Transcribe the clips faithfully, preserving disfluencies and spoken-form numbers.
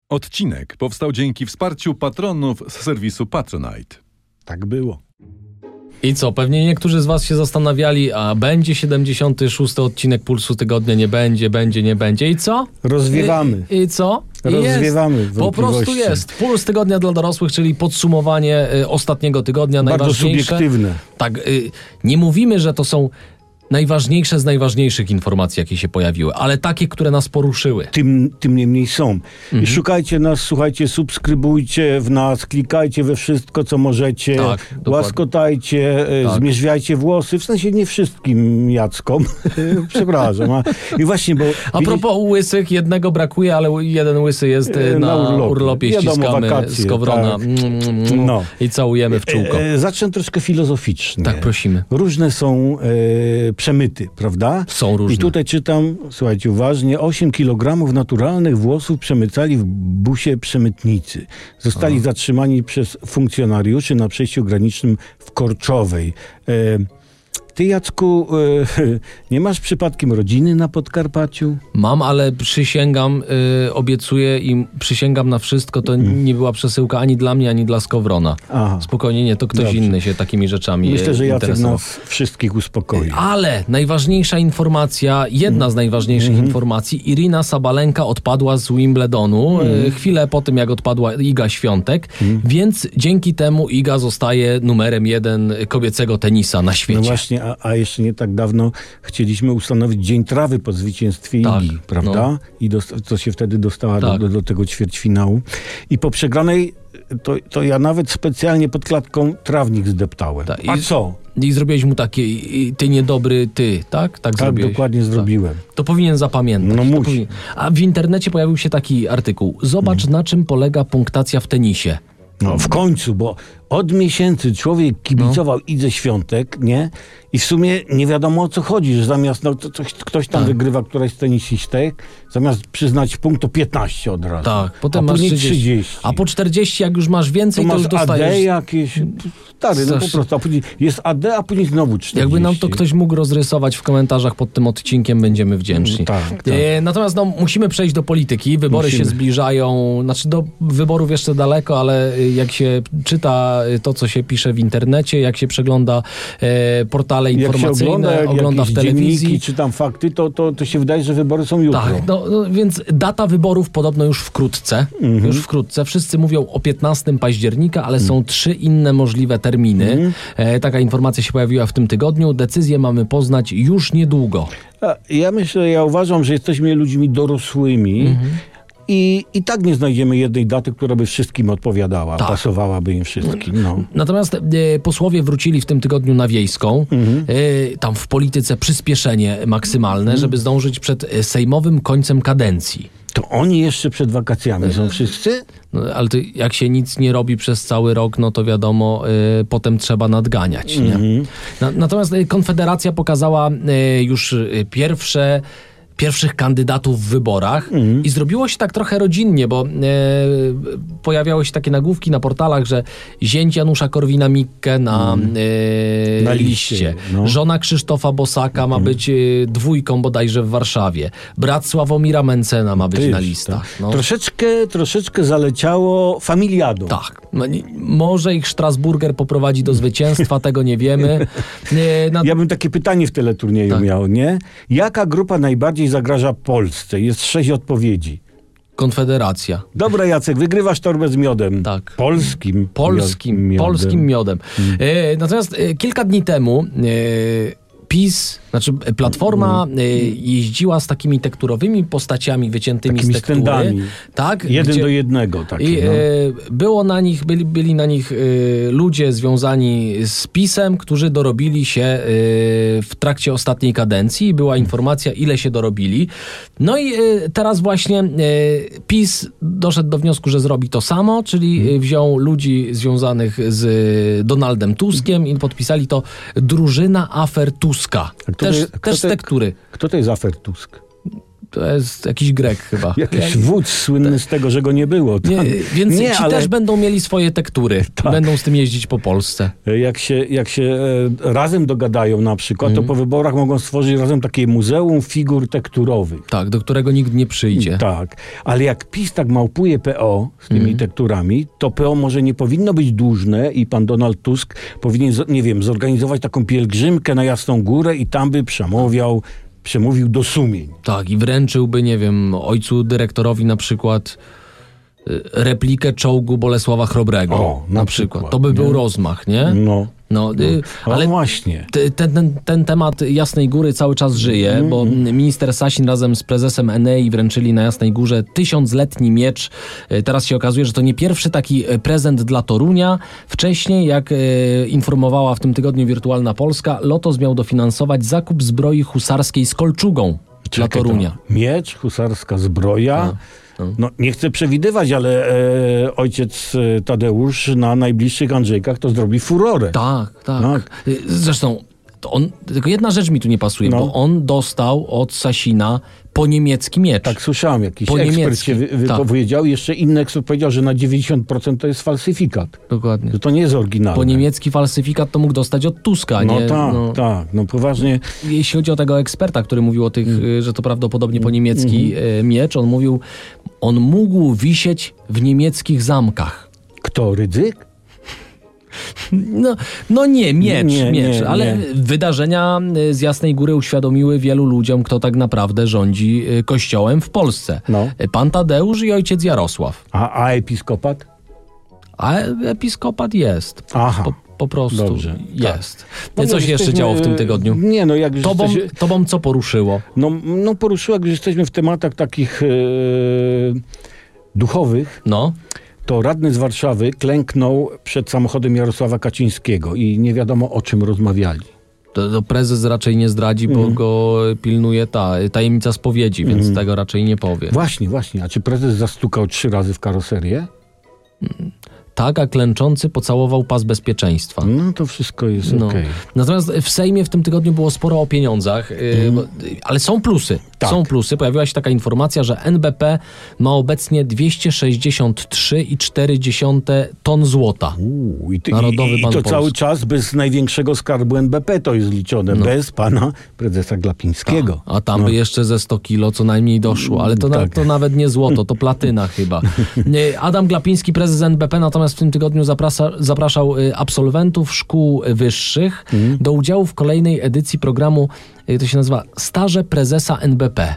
Odcinek powstał dzięki wsparciu patronów z serwisu Patronite. Tak było. I co, pewnie niektórzy z was się zastanawiali, a będzie siedemdziesiąty szósty odcinek Pulsu Tygodnia, nie będzie, będzie, nie będzie. I co? Rozwiewamy. I, i co? I Rozwiewamy jest. Po prostu jest. Puls Tygodnia dla dorosłych, czyli podsumowanie y, ostatniego tygodnia. Bardzo najważniejsze. subiektywne. Tak, y, nie mówimy, że to są najważniejsze z najważniejszych informacji, jakie się pojawiły, ale takie, które nas poruszyły. Tym, tym niemniej są. Mhm. Szukajcie nas, słuchajcie, subskrybujcie w nas, klikajcie we wszystko, co możecie, tak, łaskotajcie, tak. zmierzwiajcie włosy, w sensie nie wszystkim Jackom, przepraszam. A, i właśnie, bo... A propos łysych, jednego brakuje, ale jeden łysy jest na, na urlopie, urlopie Wiadomo, ściskamy wakacje, z Kowrona tak. mm, mm, no. i całujemy w czółko. E, e, zacznę troszkę filozoficznie. Tak, prosimy. Różne są e, przemyty, prawda? Są różne. I tutaj czytam, słuchajcie uważnie, osiem kilogramów naturalnych włosów przemycali w busie przemytnicy. Zostali Aha. zatrzymani przez funkcjonariuszy na przejściu granicznym w Korczowej. E, Ty, Jacku, e, nie masz przypadkiem rodziny na Podkarpaciu? Mam, ale przysięgam, y, obiecuję i przysięgam na wszystko, to mm. nie była przesyłka ani dla mnie, ani dla Skowrona. Aha. Spokojnie, nie, to ktoś Dobrze. inny się takimi rzeczami Myślę, że Jacek interesował. nas wszystkich uspokoi. Ale najważniejsza informacja, jedna mm. z najważniejszych mm. informacji, Irina Sabalenka odpadła z Wimbledonu mm. y, chwilę po tym, jak odpadła Iga Świątek, mm. więc dzięki temu Iga zostaje numerem jeden kobiecego tenisa na świecie. No właśnie, a, a jeszcze nie tak dawno chcieliśmy ustanowić Dzień Trawy po zwycięstwie tak, Igi, prawda? No. I do, co się wtedy dostała tak. do, do tego ćwierćfinału. I po przegranej to, to ja nawet specjalnie pod klatką trawnik zdeptałem. Tak. A I, co? I zrobiłeś mu takie, i, ty niedobry ty, tak? Tak, tak zrobiłeś. dokładnie zrobiłem. Tak. To powinien zapamiętać. No musi. Powinien. A w internecie pojawił się taki artykuł. Zobacz, hmm. na czym polega punktacja w tenisie. No w końcu, bo od miesięcy człowiek kibicował no. Idze Świątek, nie? I w sumie nie wiadomo o co chodzi, że zamiast no, to, coś, ktoś tam tak. wygrywa któraś z tenisistek, zamiast przyznać punkt, to piętnaście od razu. Tak, potem a masz później trzydzieści. trzydzieści. A po czterdzieści, jak już masz więcej, to, to już dostajesz... A D jakieś... Stary, no po prostu. A później jest A D, a później znowu czterdzieści. Jakby nam to ktoś mógł rozrysować w komentarzach pod tym odcinkiem, będziemy wdzięczni. Tak, tak. E, natomiast no, musimy przejść do polityki. Wybory musimy. się zbliżają. Znaczy do wyborów jeszcze daleko, ale jak się czyta to, co się pisze w internecie, jak się przegląda e, portale informacyjne, jak się ogląda, ogląda w telewizji, czy tam fakty, to, to, to się wydaje, że wybory są jutro. Tak, no, no, więc data wyborów podobno już wkrótce. Mm-hmm. Już wkrótce. Wszyscy mówią o piętnastego października, ale mm. są trzy inne możliwe terminy. Mm. E, taka informacja się pojawiła w tym tygodniu. Decyzję mamy poznać już niedługo. Ja myślę, ja uważam, że jesteśmy ludźmi dorosłymi. Mm-hmm. I, I tak nie znajdziemy jednej daty, która by wszystkim odpowiadała, tak. pasowałaby im wszystkim. No. Natomiast e, posłowie wrócili w tym tygodniu na Wiejską. Mhm. E, tam w polityce przyspieszenie maksymalne, mhm. żeby zdążyć przed sejmowym końcem kadencji. To oni jeszcze przed wakacjami są wszyscy? No, ale to jak się nic nie robi przez cały rok, no to wiadomo, y, potem trzeba nadganiać. Nie? Mm-hmm. Na, natomiast y, Konfederacja pokazała y, już y, pierwsze pierwszych kandydatów w wyborach mm. i zrobiło się tak trochę rodzinnie, bo e, pojawiały się takie nagłówki na portalach, że zięć Janusza Korwina-Mikke na, mm. e, na liście. liście. No. Żona Krzysztofa Bosaka mm. ma być e, dwójką bodajże w Warszawie. Brat Sławomira Mencena ma być Tyż, na listach. Tak. No. Troszeczkę, troszeczkę zaleciało familiadą. Tak. Może ich Strasburger poprowadzi do zwycięstwa, tego nie wiemy. E, na... Ja bym takie pytanie w teleturnieju tak. miał, nie? Jaka grupa najbardziej zagraża Polsce? Jest sześć odpowiedzi. Konfederacja. Dobra, Jacek, wygrywasz torbę z miodem. Tak. Polskim. Polskim miodem. Polskim miodem. Hmm. E, natomiast e, kilka dni temu e, PiS, znaczy Platforma mm. jeździła z takimi tekturowymi postaciami wyciętymi takimi z tektury. Stendami. Tak? Jeden gdzie, do jednego. Taki, i, no. było na nich, byli, byli na nich y, ludzie związani z PiS-em, którzy dorobili się y, w trakcie ostatniej kadencji. Była informacja, ile się dorobili. No i y, teraz właśnie y, PiS doszedł do wniosku, że zrobi to samo, czyli hmm. wziął ludzi związanych z Donaldem Tuskiem i podpisali to drużyna afer Tuska. Też, kto też z tektury. Kto to jest afer Tusk? To jest jakiś Grek chyba. Jakiś wódz słynny z tego, że go nie było. Nie, więc nie, ci ale też będą mieli swoje tektury. Tak. Będą z tym jeździć po Polsce. jak się, jak się e, razem dogadają na przykład, to po wyborach mogą stworzyć razem takie muzeum figur tekturowych. Tak, do którego nikt nie przyjdzie. Tak, ale jak PiS tak małpuje P O z tymi tekturami, to P O może nie powinno być dłużne i pan Donald Tusk powinien, z- nie wiem, zorganizować taką pielgrzymkę na Jasną Górę i tam by przemawiał, przemówił do sumień. Tak, i wręczyłby, nie wiem, ojcu dyrektorowi na przykład y, replikę czołgu Bolesława Chrobrego. O, na na przykład, przykład. To by był nie? rozmach, nie? No, No, y, ale ale właśnie. T- Ten, ten, ten temat Jasnej Góry cały czas żyje, Mhm. bo minister Sasin razem z prezesem Enei wręczyli na Jasnej Górze tysiącletni miecz. E, Teraz się okazuje, że to nie pierwszy taki e, prezent dla Torunia. Wcześniej, jak e, informowała w tym tygodniu Wirtualna Polska, Lotos miał dofinansować zakup zbroi husarskiej z kolczugą dla Czekaj, Torunia. to Miecz, husarska zbroja. No, nie chcę przewidywać, ale e, ojciec e, Tadeusz na najbliższych Andrzejkach to zrobi furorę. Tak, tak. Tak. Y, Zresztą, to on, tylko jedna rzecz mi tu nie pasuje, No. bo on dostał od Sasina po niemiecki miecz. Tak słyszałem, jakiś Po ekspert niemiecki, się wy, wypowiedział, jeszcze inny ekspert powiedział, że na dziewięćdziesiąt procent to jest falsyfikat, Dokładnie. że to nie jest oryginalne. Po niemiecki falsyfikat to mógł dostać od Tuska, No nie? tak, No, tak, no poważnie. jeśli chodzi o tego eksperta, który mówił o tych, y, że to prawdopodobnie po niemiecki y, miecz, on mówił, on mógł wisieć w niemieckich zamkach. Kto, Rydzyk? No, no nie, miecz, Nie, miecz, nie, ale nie. wydarzenia y, z Jasnej Góry uświadomiły wielu ludziom, kto tak naprawdę rządzi y, kościołem w Polsce. No. Y, Pan Tadeusz i ojciec Jarosław. A, a episkopat? A episkopat jest. Aha. Po, po prostu Dobrze, jest. No, Co się jeszcze jesteśmy, działo w tym tygodniu? Nie, no jak już Tobą, jesteśmy, tobą co poruszyło? no, no poruszyła, jak już jesteśmy w tematach takich e, duchowych, No. to radny z Warszawy klęknął przed samochodem Jarosława Kaczyńskiego i nie wiadomo, o czym rozmawiali. To, to prezes raczej nie zdradzi, bo Mhm. go pilnuje ta tajemnica spowiedzi, więc tego raczej nie powie. Właśnie, właśnie. A czy prezes zastukał trzy razy w karoserię? Tak, a klęczący pocałował pas bezpieczeństwa. No to wszystko jest No. okej. Natomiast w Sejmie w tym tygodniu było sporo o pieniądzach, yy, bo- ale są plusy. Tak. Są plusy. Pojawiła się taka informacja, że N B P ma obecnie dwieście sześćdziesiąt trzy i cztery dziesiąte ton złota. Uuu, i, ty, Narodowy i, i Bank to Polski. cały czas bez największego skarbu N B P to jest liczone, bez pana prezesa Glapińskiego. A tam No. by jeszcze ze sto kilo co najmniej doszło, ale to, na, Tak. to nawet nie złoto, to platyna chyba. Nie, Adam Glapiński, prezes N B P, natomiast w tym tygodniu zaprasza, zapraszał y, absolwentów szkół wyższych Mhm. do udziału w kolejnej edycji programu, y, to się nazywa Staże Prezesa N B P.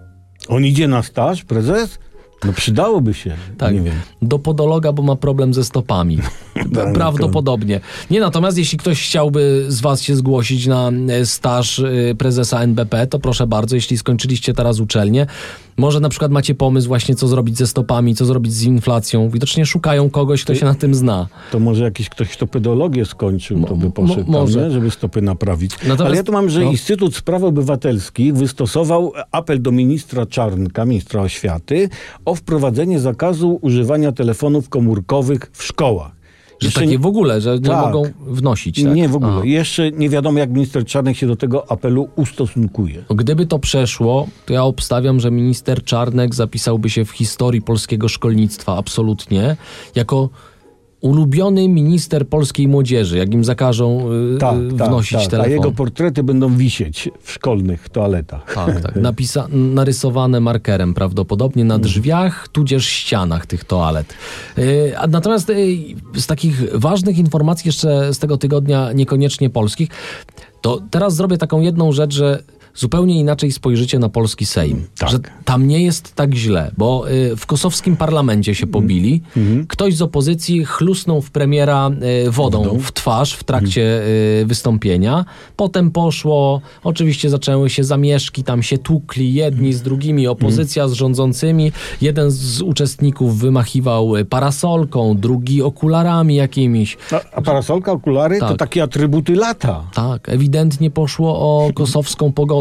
On idzie na staż, prezes? No przydałoby się. Tak, Nie wiem. do podologa, bo ma problem ze stopami. Tak, Prawdopodobnie. Nie, natomiast jeśli ktoś chciałby z was się zgłosić na e, staż e, prezesa N B P, to proszę bardzo, jeśli skończyliście teraz uczelnię, może na przykład macie pomysł właśnie, co zrobić ze stopami, co zrobić z inflacją. Widocznie szukają kogoś, kto się na tym zna. To może jakiś ktoś, kto pedologię skończył, to by poszedł mo- może. tam, nie? Żeby stopy naprawić. Natomiast- Ale ja tu mam, że no. Instytut Spraw Obywatelskich wystosował apel do ministra Czarnka, ministra oświaty, o wprowadzenie zakazu używania telefonów komórkowych w szkołach. Że Jeszcze takie w ogóle, że nie Tak. mogą wnosić. Tak? Nie w ogóle. A. Jeszcze nie wiadomo, jak minister Czarnek się do tego apelu ustosunkuje. No, gdyby to przeszło, to ja obstawiam, że minister Czarnek zapisałby się w historii polskiego szkolnictwa absolutnie jako ulubiony minister polskiej młodzieży, jak im zakażą yy, Tak, tak, wnosić tak. A telefon. jego portrety będą wisieć w szkolnych toaletach. Tak, tak. Napisa- narysowane markerem prawdopodobnie na drzwiach, tudzież ścianach tych toalet. Yy, a natomiast yy, z takich ważnych informacji jeszcze z tego tygodnia, niekoniecznie polskich, to teraz zrobię taką jedną rzecz, że zupełnie inaczej spojrzycie na polski Sejm. Tak. Że tam nie jest tak źle, bo y, w kosowskim parlamencie się pobili. Ktoś z opozycji chlusnął w premiera y, wodą w twarz w trakcie y, wystąpienia. Potem poszło, oczywiście zaczęły się zamieszki, tam się tłukli jedni z drugimi, opozycja z rządzącymi. Jeden z uczestników wymachiwał y, parasolką, drugi okularami jakimiś. A, a parasolka, okulary to Tak. takie atrybuty lata. Tak, ewidentnie poszło o kosowską pogodę.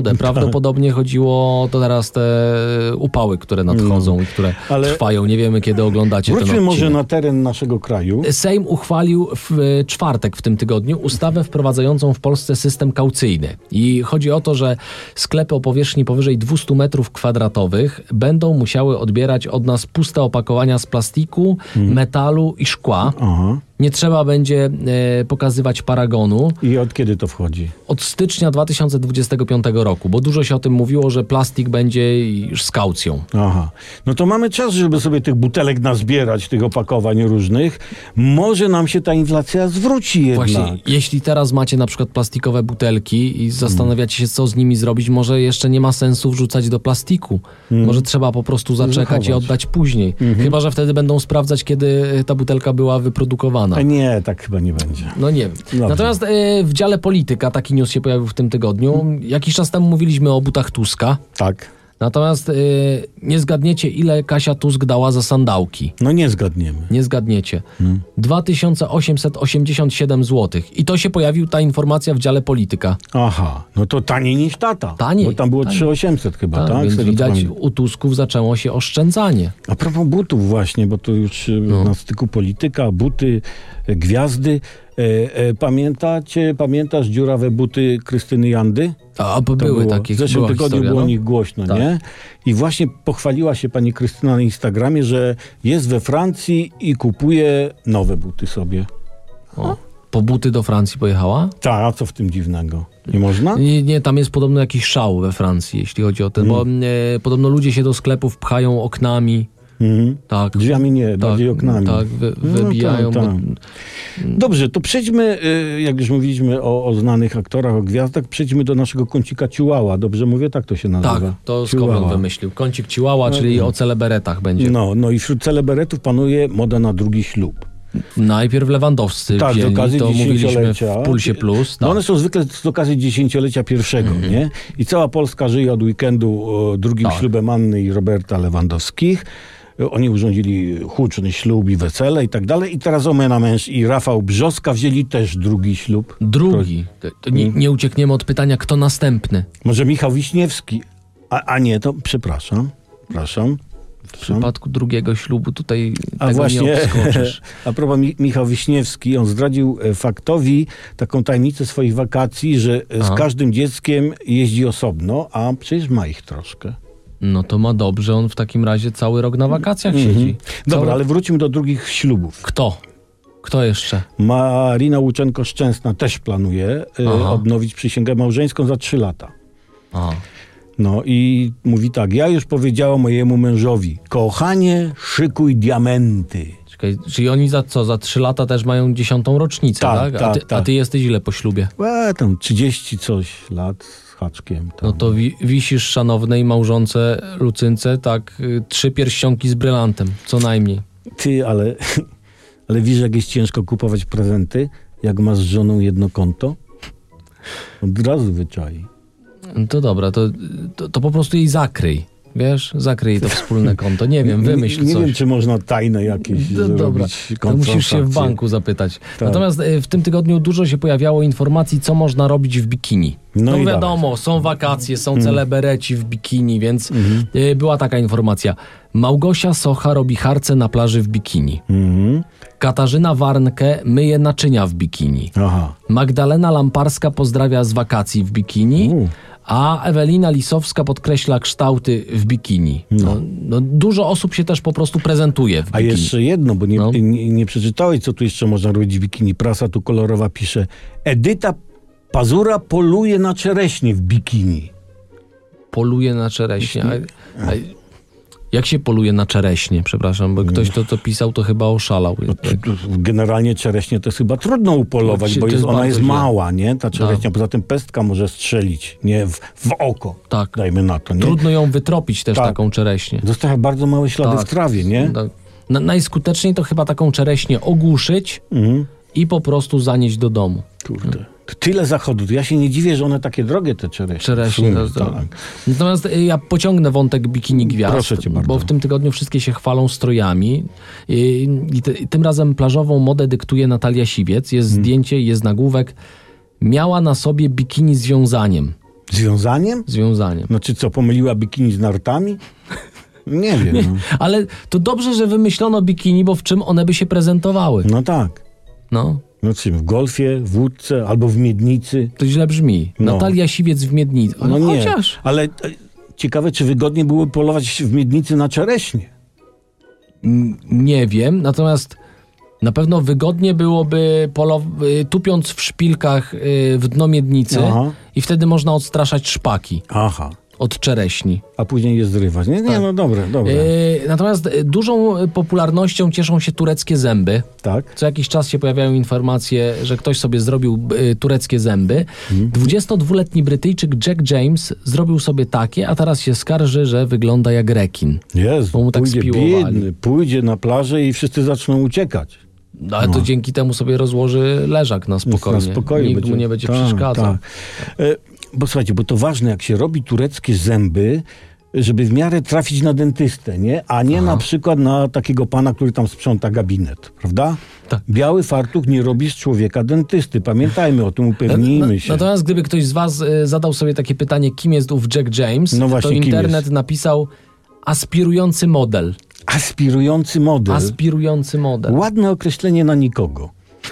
wodę. Prawdopodobnie chodziło to teraz te upały, które nadchodzą no. i które Ale trwają. Nie wiemy, kiedy oglądacie ten odcinek. Wróćmy może na teren naszego kraju. Sejm uchwalił w czwartek w tym tygodniu ustawę wprowadzającą w Polsce system kaucyjny. I chodzi o to, że sklepy o powierzchni powyżej dwieście metrów kwadratowych będą musiały odbierać od nas puste opakowania z plastiku, hmm. metalu i szkła. Aha. Nie trzeba będzie e, pokazywać paragonu. I od kiedy to wchodzi? Od stycznia dwa tysiące dwudziestego piątego roku, bo dużo się o tym mówiło, że plastik będzie już z kaucją. Aha. No to mamy czas, żeby sobie tych butelek nazbierać, tych opakowań różnych. Może nam się ta inflacja zwróci jednak. Właśnie, jeśli teraz macie na przykład plastikowe butelki i zastanawiacie się, co z nimi zrobić, może jeszcze nie ma sensu wrzucać do plastiku. Hmm. Może trzeba po prostu zaczekać Zachować. i oddać później. Hmm. Chyba że wtedy będą sprawdzać, kiedy ta butelka była wyprodukowana. A nie, tak chyba nie będzie. No nie wiem. Dobrze. Natomiast y, w dziale polityka taki news się pojawił w tym tygodniu. Hmm. Jakiś czas temu mówiliśmy o butach Tuska. Tak. Natomiast y, nie zgadniecie, ile Kasia Tusk dała za sandałki. No nie zgadniemy. Nie zgadniecie. Hmm. dwa tysiące osiemset osiemdziesiąt siedem złotych. I to się pojawił, ta informacja w dziale polityka. Aha, no to taniej niż tata. Taniej. Bo tam było taniej. trzy tysiące osiemset chyba, tak? tak? Więc widać, u Tusków zaczęło się oszczędzanie. A propos butów właśnie, bo to już no. na styku polityka, buty, gwiazdy. E, e, pamiętacie, pamiętasz dziurawe buty Krystyny Jandy? A, bo były było, takie. W zeszłym tygodniu historia, było no? o nich głośno, tak. nie? I właśnie pochwaliła się pani Krystyna na Instagramie, że jest we Francji i kupuje nowe buty sobie. O. Po buty do Francji pojechała? Tak, a co w tym dziwnego? Nie można? Nie, nie, tam jest podobno jakiś szał we Francji, jeśli chodzi o ten, hmm. bo e, podobno ludzie się do sklepów pchają oknami. Mhm. Tak. Drzwiami nie, tak, bardziej oknami. Tak, wy, wybijają. No, tak, tak. Bo... Dobrze, to przejdźmy, jak już mówiliśmy o, o znanych aktorach, o gwiazdach, przejdźmy do naszego kącika Ciułała. Dobrze mówię? Tak to się nazywa. Tak, to Skowron wymyślił. Kącik Ciułała, no, czyli no. o celeberetach będzie. No, no i wśród celeberetów panuje moda na drugi ślub. Najpierw Lewandowscy tak, wzięli, z okazji to mówiliśmy w Pulsie Plus. Tak. No one są zwykle z okazji dziesięciolecia pierwszego, mm-hmm. nie? I cała Polska żyje od weekendu o, drugim tak. ślubem Anny i Roberta Lewandowskich. Oni urządzili huczny ślub i wesele i tak dalej. I teraz Omena Męż i Rafał Brzoska wzięli też drugi ślub. Drugi. To, to nie, nie uciekniemy od pytania, kto następny. Może Michał Wiśniewski. A, a nie, to przepraszam. Przepraszam. W przypadku drugiego ślubu tutaj a tego właśnie, nie obskoczysz. A propos Mi- Michał Wiśniewski, on zdradził Faktowi taką tajemnicę swoich wakacji, że Aha. z każdym dzieckiem jeździ osobno, a przecież ma ich troszkę. No to ma dobrze, on w takim razie cały rok na wakacjach mm-hmm. siedzi. Dobra, Cały... ale wróćmy do drugich ślubów. Kto? Kto jeszcze? Marina Łuczenko-Szczęsna też planuje y, odnowić przysięgę małżeńską za trzy lata. Aha. No i mówi tak, ja już powiedziałam mojemu mężowi, kochanie, szykuj diamenty. Czekaj, czyli oni za co, za trzy lata też mają dziesiątą rocznicę, tak? tak? A, ty, tak, tak. a ty jesteś ile po ślubie? E, tam trzydzieści coś lat z haczkiem. Tam. No to wi- wisisz szanownej małżonce Lucynce, tak, y, trzy pierścionki z brylantem, co najmniej. Ty, ale, ale wiesz, jak jest ciężko kupować prezenty, jak masz z żoną jedno konto? Od razu wyczai. No to dobra, to, to, to po prostu jej zakryj. Wiesz, zakryj to wspólne konto. Nie wiem, wymyśl nie, nie coś. Nie wiem, czy można tajne jakieś no, dobra, to musisz się w banku zapytać. Tak. Natomiast w tym tygodniu dużo się pojawiało informacji, co można robić w bikini. No, no wiadomo, dawaj. Są wakacje, są mm. celebereci w bikini, więc mm-hmm. była taka informacja. Małgosia Socha robi harce na plaży w bikini. Mm-hmm. Katarzyna Warnke myje naczynia w bikini. Aha. Magdalena Lamparska pozdrawia z wakacji w bikini. Uh. A Ewelina Lisowska podkreśla kształty w bikini. No. No, no, dużo osób się też po prostu prezentuje w bikini. A jeszcze jedno, bo nie, no. nie, nie przeczytałeś, co tu jeszcze można robić w bikini. Prasa tu kolorowa pisze. Edyta Pazura poluje na czereśnie w bikini. Poluje na czereśnie. A, a, jak się poluje na czereśnie? Przepraszam, bo ktoś to, to pisał, to chyba oszalał. No, to, to generalnie czereśnie to jest chyba trudno upolować, bo jest, jest ona jest źle. mała, nie? Ta czereśnia. Tak. Poza tym pestka może strzelić, nie? W, w oko. Tak. Dajmy na to, nie? Trudno ją wytropić też, tak. taką czereśnię. Zostawia bardzo małe ślady tak. w trawie, nie? Tak. Na, najskuteczniej to chyba taką czereśnię ogłuszyć mhm. i po prostu zanieść do domu. Kurde. Tyle zachodu. Ja się nie dziwię, że one takie drogie, te czereśnie. Czereśnie, no, tak. Natomiast ja pociągnę wątek bikini gwiazd, Proszę cię bardzo. Bo w tym tygodniu wszystkie się chwalą strojami. I, i, te, i tym razem plażową modę dyktuje Natalia Siwiec. Jest hmm. zdjęcie, jest nagłówek. Miała na sobie bikini z wiązaniem. Związaniem? Związaniem. Znaczy co, pomyliła bikini z nartami? Nie wiem. Nie, No. ale to dobrze, że wymyślono bikini, bo w czym one by się prezentowały? no tak. No, No czym? W golfie, w łódce albo w miednicy? to źle brzmi. No. Natalia Siwiec w Miednicy. No nie. Chociaż. Ale e, ciekawe, czy wygodnie byłoby polować w miednicy na czereśnie? N- Nie wiem, natomiast na pewno wygodnie byłoby polo- y, tupiąc w szpilkach y, w dno miednicy Aha. i wtedy można odstraszać szpaki Aha. od czereśni. A później je zrywać. Nie, nie, Tak. no dobre, dobre. Y, natomiast y, dużą y, popularnością cieszą się tureckie zęby. Tak? Co jakiś czas się pojawiają informacje, że ktoś sobie zrobił y, tureckie zęby. Mhm. dwudziestodwuletni Brytyjczyk Jack James zrobił sobie takie, a teraz się skarży, że wygląda jak rekin. Jezu, Bo mu tak pójdzie spiłowali. biedny, pójdzie na plażę i wszyscy zaczną uciekać. No, ale to dzięki temu sobie rozłoży leżak na spokojnie. Na spokojnie Nikt mu nie będzie tak, przeszkadzał. tak. E, bo słuchajcie, bo to ważne, jak się robi tureckie zęby, żeby w miarę trafić na dentystę, nie? A nie Aha. na przykład na takiego pana, który tam sprząta gabinet, prawda? Tak. Biały fartuch nie robi z człowieka dentysty. Pamiętajmy o tym, upewnijmy się. Natomiast gdyby ktoś z was y, zadał sobie takie pytanie, kim jest ów Jack James, No właśnie, to kim internet jest? napisał aspirujący model. Aspirujący model. Aspirujący model. Ładne określenie na nikogo.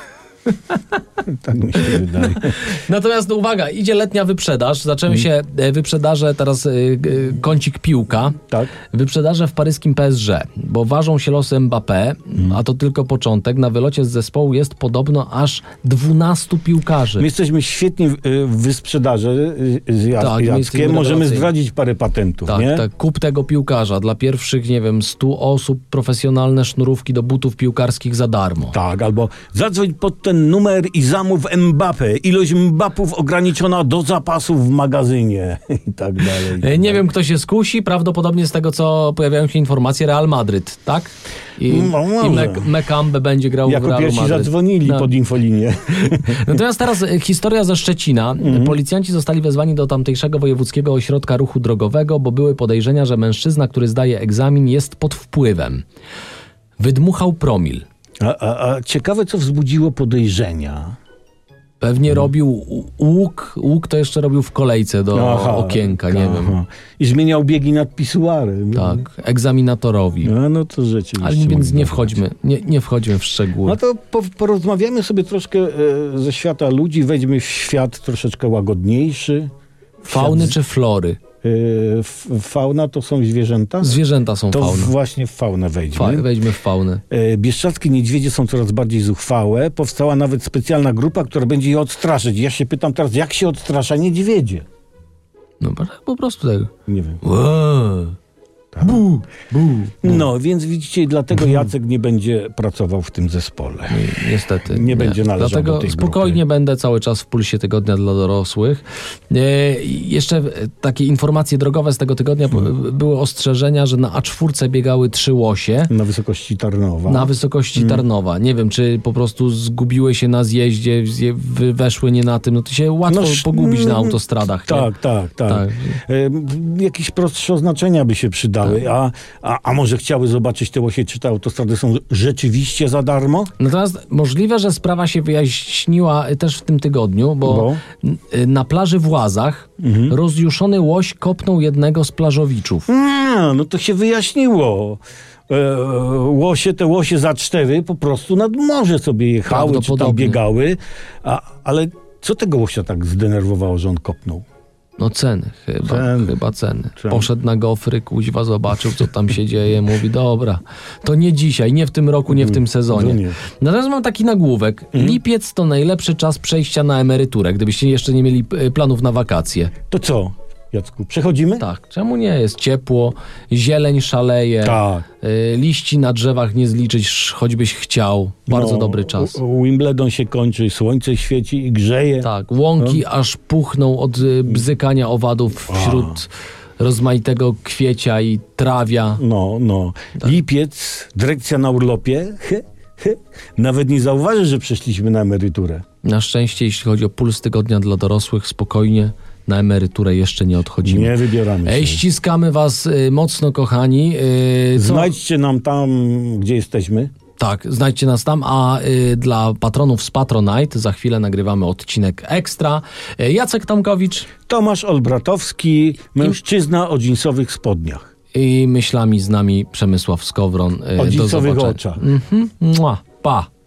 Tak mi się wydaje. Natomiast no, uwaga, idzie letnia wyprzedaż. Zaczęły się e, wyprzedaże, teraz e, e, kącik piłka. Tak? Wyprzedaże w paryskim P S G, bo ważą się losy Mbappé, a to tylko początek. Na wylocie z zespołu jest podobno aż dwunastu piłkarzy. My jesteśmy świetni w, w wysprzedaży y, z Jac- Tak, my Jackiem. jesteśmy Możemy rewelacyjni. zdradzić parę patentów, Tak, nie? tak. Kup tego piłkarza. Dla pierwszych, nie wiem, stu osób profesjonalne sznurówki do butów piłkarskich za darmo. Tak, albo zadzwoń pod ten numer i zamów Mbappé. Ilość Mbappów ograniczona do zapasów w magazynie i tak dalej. E, Nie wiem, kto się skusi. Prawdopodobnie z tego, co pojawiają się informacje, Real Madryt, tak? I, No, może. i Mek- Mekambe będzie grał w Jako Realu pierwsi Madryt. zadzwonili No. pod infolinię. Natomiast teraz e, historia ze Szczecina. Mhm. Policjanci zostali wezwani do tamtejszego wojewódzkiego ośrodka ruchu drogowego, bo były podejrzenia, że mężczyzna, który zdaje egzamin, jest pod wpływem. Wydmuchał promil. A, a, a ciekawe, co wzbudziło podejrzenia. Pewnie robił u- łuk. Łuk to jeszcze robił w kolejce do Aha, okienka, nie aha. wiem. I zmieniał biegi nad pisuarem. Tak, egzaminatorowi. No, no to rzeczywiście. Ale więc można nie dać. wchodźmy, nie, nie wchodźmy w szczegóły. No to po, porozmawiamy sobie troszkę e, ze świata ludzi, wejdźmy w świat troszeczkę łagodniejszy. Fauny Świat, czy flory? e, f, fauna to są zwierzęta? Zwierzęta są to fauną. właśnie w faunę wejdźmy. Fa- wejdźmy w faunę. E, Bieszczadzkie niedźwiedzie są coraz bardziej zuchwałe. Powstała nawet specjalna grupa, która będzie je odstraszyć. Ja się pytam teraz, jak się odstrasza niedźwiedzie? No po prostu tak. Nie wiem. Wow. Tak. Bu, bu. No, więc widzicie, dlatego Jacek nie będzie pracował w tym zespole. Ni- Niestety. Nie będzie należał Dlatego do tej spokojnie grupy. będę cały czas w pulsie tygodnia dla dorosłych. E, i jeszcze e, takie informacje drogowe z tego tygodnia Hmm. były ostrzeżenia, że na A cztery biegały trzy łosie. Na wysokości Tarnowa. Na wysokości Hmm. Tarnowa. Nie wiem, czy po prostu zgubiły się na zjeździe, zje, wy- weszły nie na tym. No to się łatwo No, sz- pogubić na mm, autostradach. nie? Tak, tak, tak. Tak. E, jakieś prostsze oznaczenia by się przydały. A, a, a może chciały zobaczyć te łosie, czy te autostrady są rzeczywiście za darmo? Natomiast możliwe, że sprawa się wyjaśniła też w tym tygodniu, bo, Bo? n- na plaży w Łazach Mhm. rozjuszony łoś kopnął jednego z plażowiczów. A, no to się wyjaśniło. E, łosie, te łosie za cztery po prostu nad morze sobie jechały, czy tam Prawdopodobnie. biegały. A, ale co tego łosia tak zdenerwowało, że on kopnął? No ceny, chyba Ceny. chyba ceny. Ceny. Poszedł na gofry, kuźwa, zobaczył, co tam się dzieje, mówi, dobra, to nie dzisiaj, nie w tym roku, nie w tym sezonie. Rozumiem. Natomiast mam taki nagłówek. Lipiec to najlepszy czas przejścia na emeryturę, gdybyście jeszcze nie mieli y, planów na wakacje. To co, Jacku, przechodzimy? Tak, czemu nie? Jest ciepło, zieleń szaleje, Tak. y, liści na drzewach nie zliczyć, choćbyś chciał. Bardzo No, dobry czas. u- Wimbledon się kończy, słońce świeci i grzeje. Tak, łąki No. aż puchną od y, bzykania owadów wśród rozmaitego kwiecia i trawia. No, no. Tak. Lipiec, dyrekcja na urlopie. He, he. Nawet nie zauważy, że przeszliśmy na emeryturę. Na szczęście, jeśli chodzi o puls tygodnia dla dorosłych, spokojnie, na emeryturę jeszcze nie odchodzimy. Nie wybieramy się. Ej, ściskamy was y, mocno, kochani. Y, co? Znajdźcie nam tam, gdzie jesteśmy. Tak, znajdźcie nas tam, a y, dla patronów z Patronite za chwilę nagrywamy odcinek ekstra. Y, Jacek Tomkowicz Tomasz Olbratowski, mężczyzna o dżinsowych spodniach. i myślami z nami Przemysław Skowron. Y, O do dżinsowych zobaczenia. oczach. Mhm. Mua. Pa.